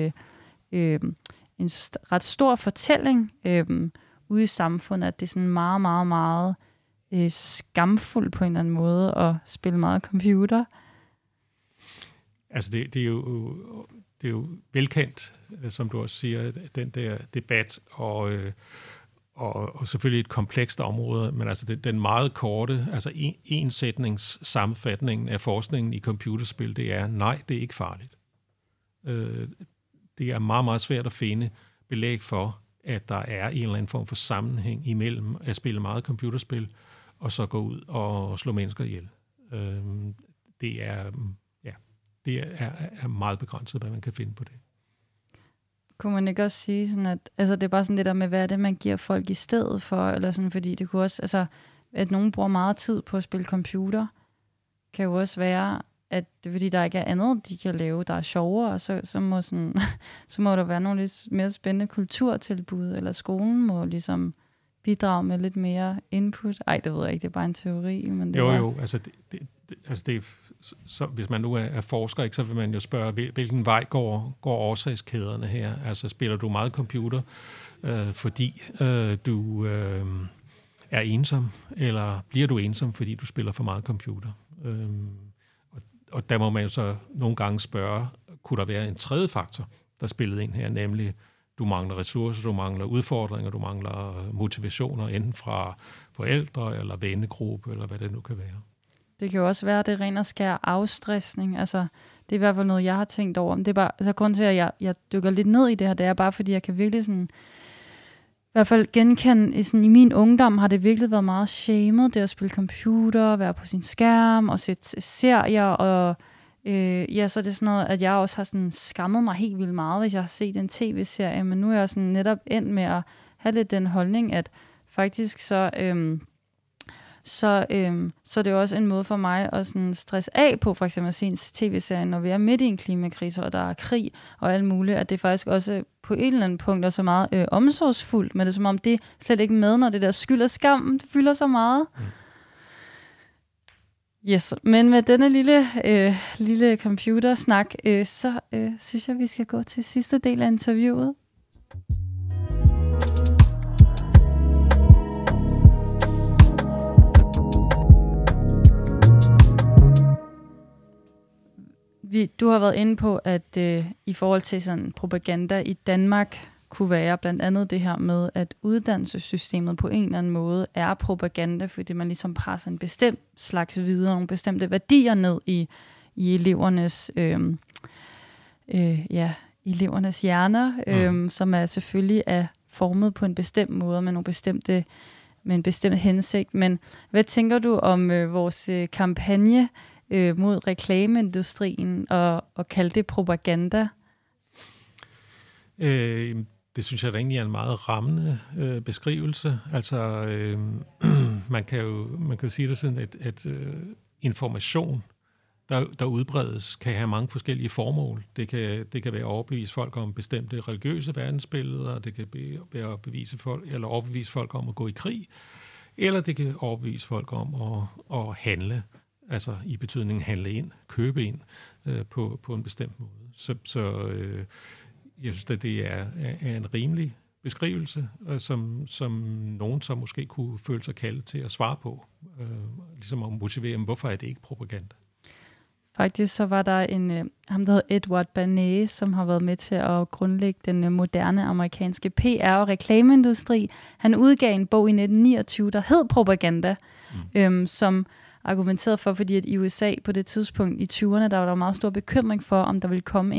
en ret stor fortælling ude i samfundet, at det er sådan meget, meget, meget skamfuldt på en eller anden måde at spille meget computer. Altså det er jo velkendt, som du også siger, den der debat, og selvfølgelig et komplekst område, men altså den meget korte, en sætnings sammenfatningen af forskningen i computerspil, det er, nej, det er ikke farligt. Det er meget, meget svært at finde belæg for, at der er en eller anden form for sammenhæng imellem at spille meget computerspil, og så gå ud og slå mennesker ihjel. Det er meget begrænset, hvad man kan finde på det. Kunne man ikke også sige sådan, at det er bare sådan det der med, hvad er det, man giver folk i stedet for, eller sådan, fordi det kunne også, at nogen bruger meget tid på at spille computer, kan jo også være, at det er fordi, der ikke er andet, de kan lave, der er sjovere, og så må der være nogle lidt mere spændende kulturtilbud, eller skolen må ligesom bidrage med lidt mere input. Ej, det ved jeg ikke, det er bare en teori. Men det så hvis man nu er forsker, ikke, så vil man jo spørge, hvilken vej går årsagskæderne her? Altså spiller du meget computer, fordi du er ensom, eller bliver du ensom, fordi du spiller for meget computer? Og og der må man jo så nogle gange spørge, kunne der være en tredje faktor, der spillede ind her, nemlig du mangler ressourcer, du mangler udfordringer, du mangler motivationer, enten fra forældre eller vennegruppe, eller hvad det nu kan være. Det kan jo også være, at det er ren og skær afstressning. Altså, det er i hvert fald noget, jeg har tænkt over. Det er bare, altså, grunden til, at jeg dykker lidt ned i det her, det er bare, fordi jeg kan virkelig sådan, i hvert fald genkende, sådan, i min ungdom har det virkelig været meget shamed, det at spille computer, være på sin skærm og sætte serier, og så er det sådan noget, at jeg også har sådan skammet mig helt vildt meget, hvis jeg har set en tv-serie, men nu er jeg sådan netop endt med at have lidt den holdning, at faktisk så er det også en måde for mig at sådan stresse af på, for eksempel at se en tv-serie, når vi er midt i en klimakrise, og der er krig og alt muligt, at det faktisk også på et eller andet punkt er så meget omsorgsfuldt, men det er som om det slet ikke med, når det der skyld og skam, det fylder så meget. Yes, men med denne lille computersnak, så synes jeg, vi skal gå til sidste del af interviewet. Du har været inde på, at i forhold til sådan propaganda i Danmark kunne være blandt andet det her med, at uddannelsessystemet på en eller anden måde er propaganda, fordi man ligesom presser en bestemt slags viden, nogle bestemte værdier ned i elevernes elevernes hjerner, som er selvfølgelig er formet på en bestemt måde med en bestemt hensigt. Men hvad tænker du om vores kampagne mod reklameindustrien og kalde det propaganda? Det synes jeg da egentlig er en meget rammende beskrivelse. Altså, man kan jo sige det sådan, at information, der udbredes, kan have mange forskellige formål. Det kan være at overbevise folk om bestemte religiøse verdensbilleder, det kan være at overbevise folk om at gå i krig, eller det kan overbevise folk om at handle, altså i betydningen handle ind, købe ind på en bestemt måde. Så jeg synes, at det er en rimelig beskrivelse, som nogen så måske kunne føle sig kaldet til at svare på, ligesom at motivere, hvorfor er det ikke propaganda? Faktisk så var der ham der hedder Edward Bernays, som har været med til at grundlægge den moderne amerikanske PR- og reklameindustri. Han udgav en bog i 1929, der hed Propaganda, som argumenteret for, fordi at i USA på det tidspunkt i 20'erne, der var der meget stor bekymring for, om der ville komme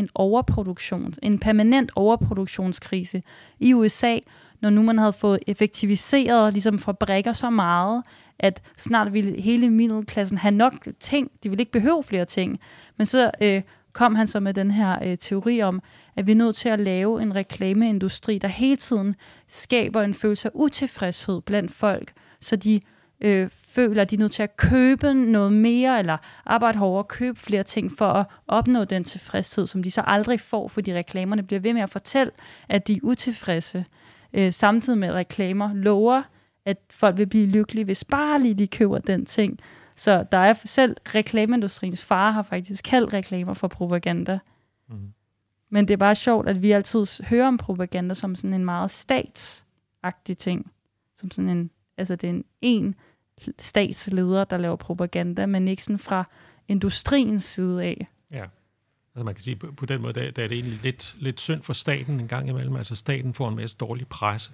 en permanent overproduktionskrise i USA, når nu man havde fået effektiviseret ligesom fabrikker så meget, at snart ville hele middelklassen have nok ting. De ville ikke behøve flere ting. Men så kom han så med den her teori om, at vi er nødt til at lave en reklameindustri, der hele tiden skaber en følelse af utilfredshed blandt folk, så de føler, at de er nødt til at købe noget mere, eller arbejde hårdere og købe flere ting for at opnå den tilfredshed, som de så aldrig får, fordi reklamerne bliver ved med at fortælle, at de er utilfredse. Samtidig med reklamer lover, at folk vil blive lykkelige, hvis bare lige de køber den ting. Så der er selv reklameindustriens far har faktisk kaldt reklamer for propaganda. Men det er bare sjovt, at vi altid hører om propaganda som sådan en meget statsagtig ting. Som sådan det er en statsleder, der laver propaganda, men ikke sådan fra industriens side af. Ja, altså man kan sige, på den måde, der er det egentlig lidt synd for staten en gang imellem. Altså staten får en masse dårlig presse,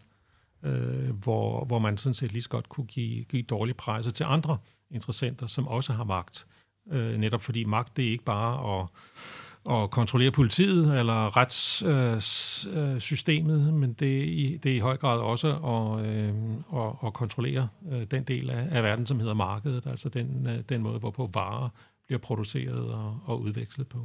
hvor man sådan set lige så godt kunne give dårlig presse til andre interessenter, som også har magt. Netop fordi magt, det er ikke bare at kontrollere politiet eller retssystemet, men det er i høj grad også at kontrollere den del af verden, som hedder markedet, altså den måde, hvorpå varer bliver produceret og udvekslet på.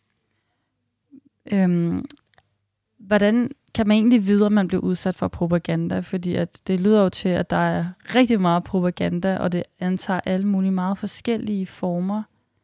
Hvordan kan man egentlig vide, at man bliver udsat for propaganda? Fordi at det lyder jo til, at der er rigtig meget propaganda, og det antager alle mulige meget forskellige former.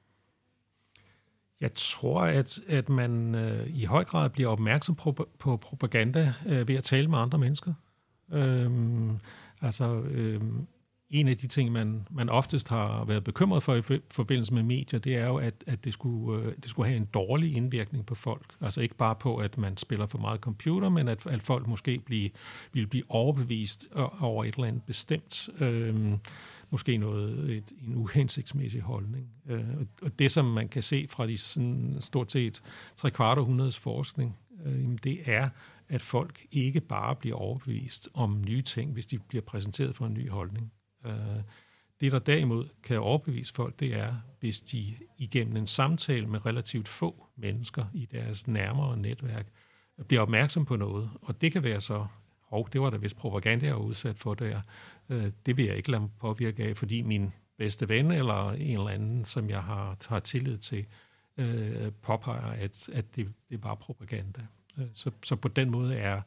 Jeg tror, at man i høj grad bliver opmærksom på propaganda ved at tale med andre mennesker. en af de ting, man oftest har været bekymret for i forbindelse med medier, det er jo, at det skulle have en dårlig indvirkning på folk. Altså ikke bare på, at man spiller for meget computer, men at folk måske ville blive overbevist over et eller andet bestemt, måske en uhensigtsmæssig holdning. Og det, som man kan se fra de sådan, stort set 3/4 århundredes forskning, det er, at folk ikke bare bliver overbevist om nye ting, hvis de bliver præsenteret for en ny holdning. Det, der derimod kan overbevise folk, det er, hvis de igennem en samtale med relativt få mennesker i deres nærmere netværk bliver opmærksom på noget. Og det kan være så, det var da vist propaganda, jeg var udsat for der. Det vil jeg ikke lade mig påvirke af, fordi min bedste ven eller en eller anden, som jeg har tillid til, påpeger, at det er bare propaganda. Så på den måde er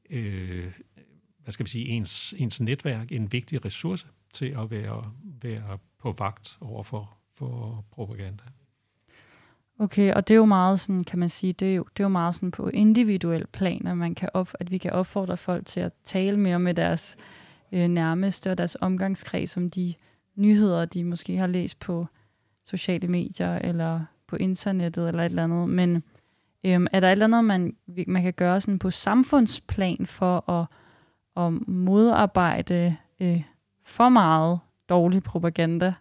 ens netværk en vigtig ressource til at være på vagt over for propaganda. Okay, og det er jo meget sådan, kan man sige, det er jo meget sådan på individuel plan, at vi kan opfordre folk til at tale mere med deres nærmeste og deres omgangskreds om de nyheder, de måske har læst på sociale medier eller på internettet eller et eller andet. Men er der et eller andet, man kan gøre sådan på samfundsplan for at modarbejde for meget dårlig propaganda?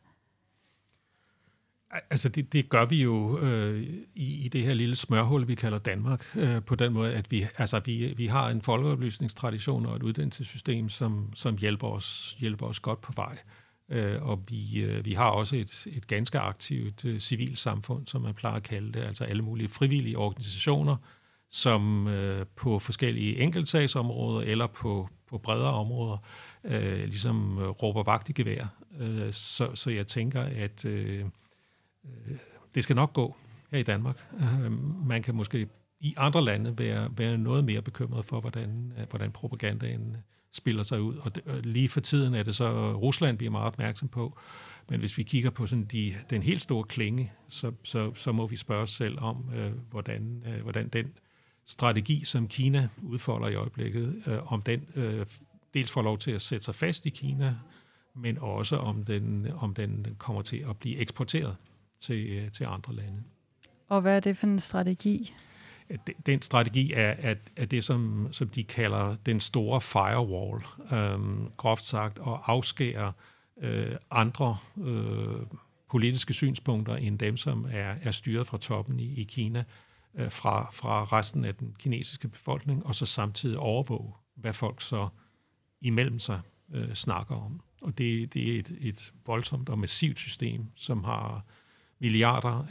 Altså det gør vi jo i det her lille smørhul, vi kalder Danmark, på den måde, at vi har en folkeoplysningstradition og et uddannelsessystem, som hjælper os godt på vej. Og vi har også et ganske aktivt civilsamfund, som man plejer at kalde det, altså alle mulige frivillige organisationer, som på forskellige enkeltsagsområder eller på bredere områder ligesom råber vagt i gevær. Så jeg tænker, at det skal nok gå her i Danmark. Man kan måske i andre lande være noget mere bekymret for, hvordan propagandaen spiller sig ud. Og lige for tiden er det så Rusland, vi er meget opmærksom på. Men hvis vi kigger på sådan den helt store klinge, så må vi spørge os selv om, hvordan den strategi, som Kina udfolder i øjeblikket, om den dels får lov til at sætte sig fast i Kina, men også om den kommer til at blive eksporteret til andre lande. Og hvad er det for en strategi? Den strategi er det, som de kalder den store firewall, groft sagt, og afskære andre politiske synspunkter end dem, som er styret fra toppen i Kina, fra resten af den kinesiske befolkning, og så samtidig overvåge, hvad folk så imellem sig snakker om. Og det er et voldsomt og massivt system, som har milliarder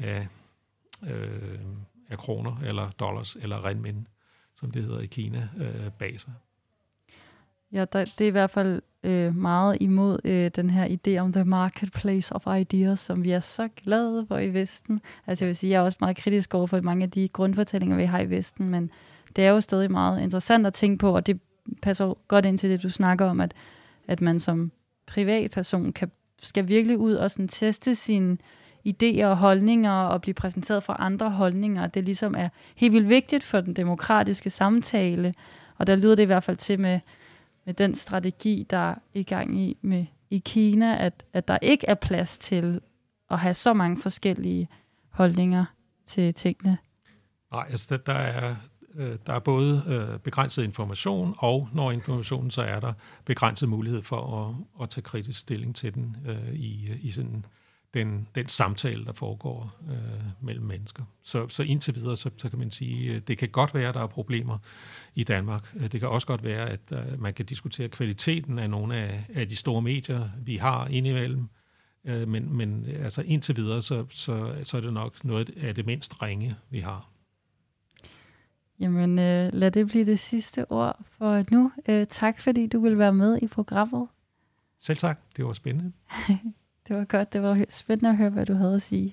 af kroner, eller dollars, eller renmin, som det hedder i Kina, bag sig. Ja, det er i hvert fald meget imod den her idé om the marketplace of ideas, som vi er så glade for i Vesten. Altså jeg vil sige, jeg er også meget kritisk over for mange af de grundfortællinger, vi har i Vesten, men det er jo stadig meget interessant at tænke på, og det passer godt ind til det, du snakker om, at man som privatperson skal virkelig ud og sådan teste sine idéer og holdninger og blive præsenteret for andre holdninger. Det ligesom er helt vildt vigtigt for den demokratiske samtale, og der lyder det i hvert fald til med den strategi, der er i gang i Kina, at der ikke er plads til at have så mange forskellige holdninger til tingene. Nej, altså der er både begrænset information, og når informationen, så er der begrænset mulighed for at tage kritisk stilling til den i sådan den samtale, der foregår mellem mennesker. Så indtil videre, så kan man sige, det kan godt være, at der er problemer i Danmark. Det kan også godt være, at man kan diskutere kvaliteten af nogle af de store medier, vi har indimellem. Men altså indtil videre, så er det nok noget af det mindst ringe, vi har. Jamen, lad det blive det sidste ord for nu. Tak, fordi du vil være med i programmet. Selv tak. Det var spændende. Det var godt. Det var spændende at høre, hvad du havde at sige.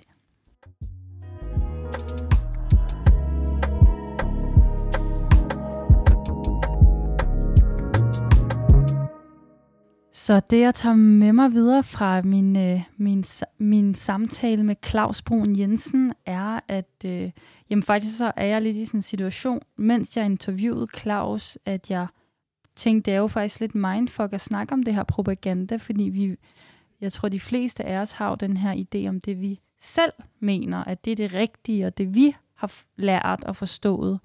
Så det, jeg tager med mig videre fra min samtale med Claus Bruun Jensen, er, at faktisk så er jeg lidt i sådan en situation, mens jeg interviewede Claus, at jeg tænkte, det er jo faktisk lidt mindfuck at snakke om det her propaganda, fordi jeg tror, de fleste af os har jo den her idé om det, vi selv mener, at det er det rigtige, og det vi har lært og forstået.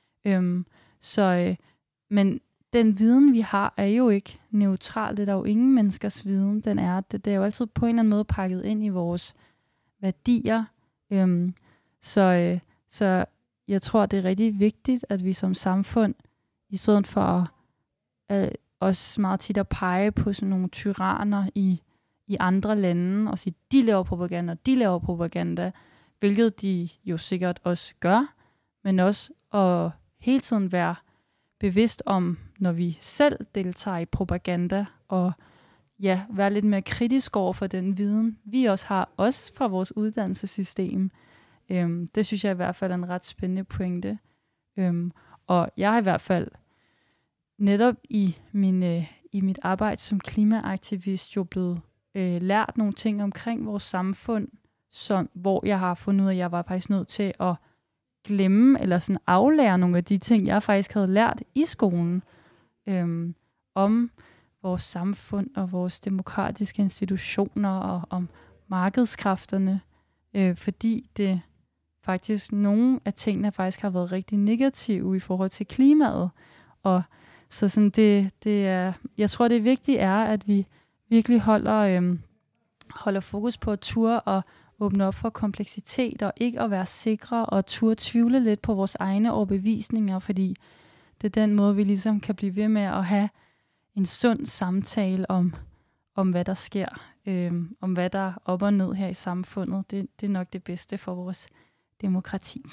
Men den viden, vi har, er jo ikke neutral. Det er jo ingen menneskers viden. Det er jo altid på en eller anden måde pakket ind i vores værdier. Så jeg tror, det er rigtig vigtigt, at vi som samfund, i stedet for også meget tit at pege på sådan nogle tyranner i andre lande, og sige, de laver propaganda, hvilket de jo sikkert også gør, men også at hele tiden være bevidst om, når vi selv deltager i propaganda, og være lidt mere kritisk over for den viden, vi også har, også fra vores uddannelsessystem. Det synes jeg i hvert fald er en ret spændende pointe. Og jeg har i hvert fald netop i mit arbejde som klimaaktivist jo blevet lært nogle ting omkring vores samfund, hvor jeg har fundet ud af, at jeg var faktisk nødt til at glemme eller sådan aflære nogle af de ting, jeg faktisk havde lært i skolen om vores samfund og vores demokratiske institutioner og om markedskræfterne, fordi det faktisk nogle af tingene faktisk har været rigtig negative i forhold til klimaet. Og så sådan det er, jeg tror det vigtige er, at vi virkelig holder fokus på at ture og åbne op for kompleksitet og ikke at være sikre og turde tvivle lidt på vores egne overbevisninger, fordi det er den måde, vi ligesom kan blive ved med at have en sund samtale om hvad der sker, om hvad der er op og ned her i samfundet. Det er nok det bedste for vores demokrati.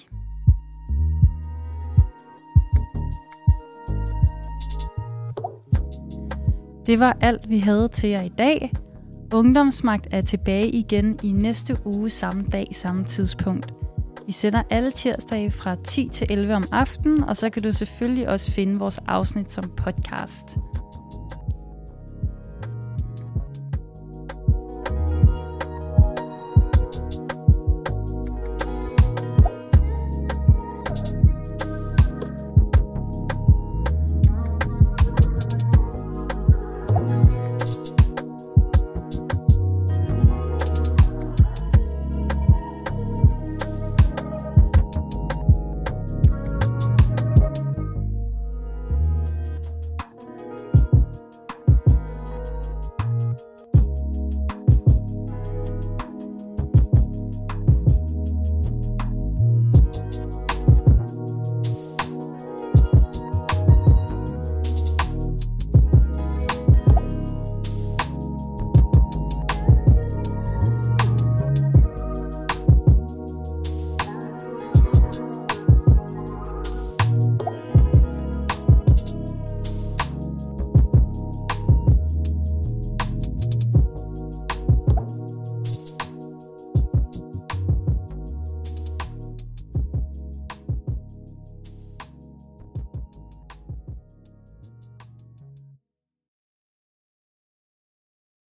Det var alt, vi havde til jer i dag. Ungdomsmagt er tilbage igen i næste uge samme dag, samme tidspunkt. Vi sender alle tirsdage fra 10 til 11 om aftenen, og så kan du selvfølgelig også finde vores afsnit som podcast.